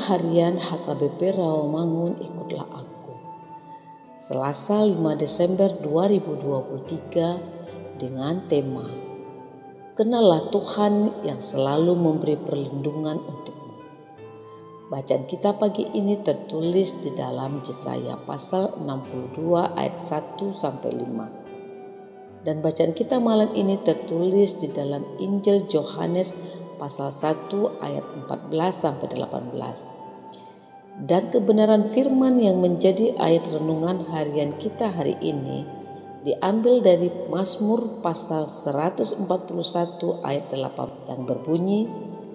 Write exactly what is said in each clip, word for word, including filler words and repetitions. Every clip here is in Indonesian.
Harian H K B P Rawamangun, ikutlah aku. Selasa lima Desember dua ribu dua puluh tiga dengan tema Kenallah Tuhan yang selalu memberi perlindungan untukmu. Bacaan kita pagi ini tertulis di dalam Yesaya pasal enam puluh dua ayat satu sampai lima. Dan bacaan kita malam ini tertulis di dalam Injil Yohanes pasal satu ayat empat belas sampai delapan belas. Dan kebenaran firman yang menjadi ayat renungan harian kita hari ini diambil dari Mazmur pasal seratus empat puluh satu ayat delapan yang berbunyi,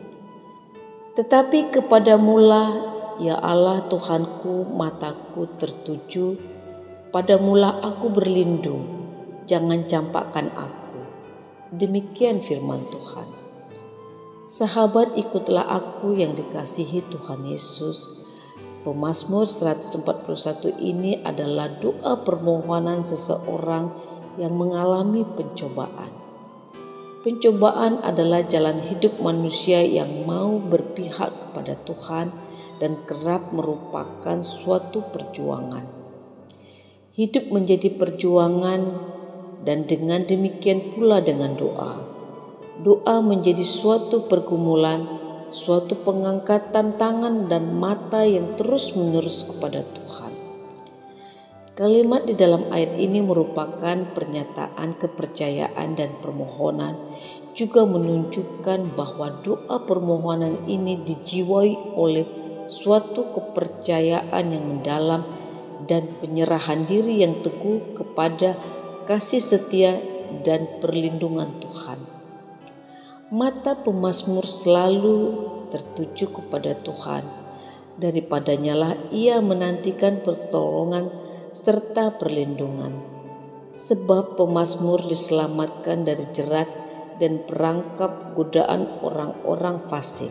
Tetapi kepadamulah ya Allah Tuhanku, mataku tertuju, padamulah aku berlindung, jangan campakkan aku. Demikian firman Tuhan. Sahabat, ikutlah aku yang dikasihi Tuhan Yesus. Pemazmur seratus empat puluh satu ini adalah doa permohonan seseorang yang mengalami pencobaan. Pencobaan adalah jalan hidup manusia yang mau berpihak kepada Tuhan dan kerap merupakan suatu perjuangan. Hidup menjadi perjuangan, dan dengan demikian pula dengan doa. Doa menjadi suatu pergumulan, suatu pengangkatan tangan dan mata yang terus-menerus kepada Tuhan. Kalimat di dalam ayat ini merupakan pernyataan kepercayaan dan permohonan, juga menunjukkan bahwa doa permohonan ini dijiwai oleh suatu kepercayaan yang mendalam dan penyerahan diri yang teguh kepada kasih setia dan perlindungan Tuhan. Mata pemazmur selalu tertuju kepada Tuhan. Daripadanya lah ia menantikan pertolongan serta perlindungan. Sebab pemazmur diselamatkan dari jerat dan perangkap godaan orang-orang fasik.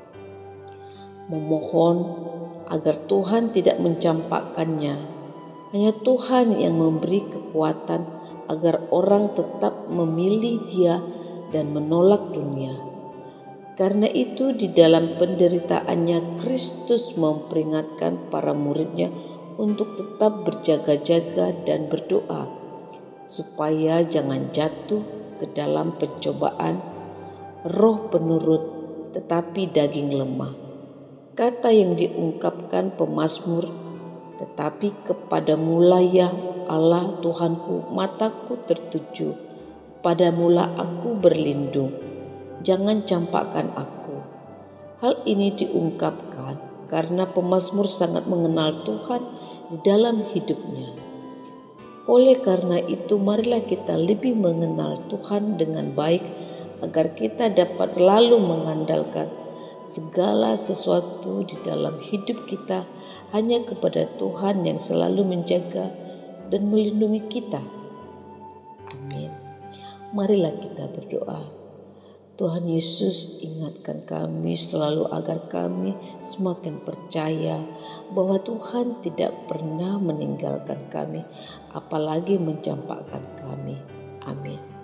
Memohon agar Tuhan tidak mencampakkannya. Hanya Tuhan yang memberi kekuatan agar orang tetap memilih Dia dan menolak dunia. Karena itu di dalam penderitaannya Kristus memperingatkan para muridnya untuk tetap berjaga-jaga dan berdoa supaya jangan jatuh ke dalam pencobaan. Roh penurut tetapi daging lemah. Kata yang diungkapkan pemazmur, tetapi kepadamulah ya Allah Tuhanku, mataku tertuju, padamulah aku berlindung, jangan campakkan aku. Hal ini diungkapkan karena pemazmur sangat mengenal Tuhan di dalam hidupnya. Oleh karena itu, marilah kita lebih mengenal Tuhan dengan baik agar kita dapat selalu mengandalkan segala sesuatu di dalam hidup kita hanya kepada Tuhan yang selalu menjaga dan melindungi kita. Amin. Marilah kita berdoa. Tuhan Yesus, ingatkan kami selalu agar kami semakin percaya bahwa Tuhan tidak pernah meninggalkan kami, apalagi mencampakkan kami. Amin.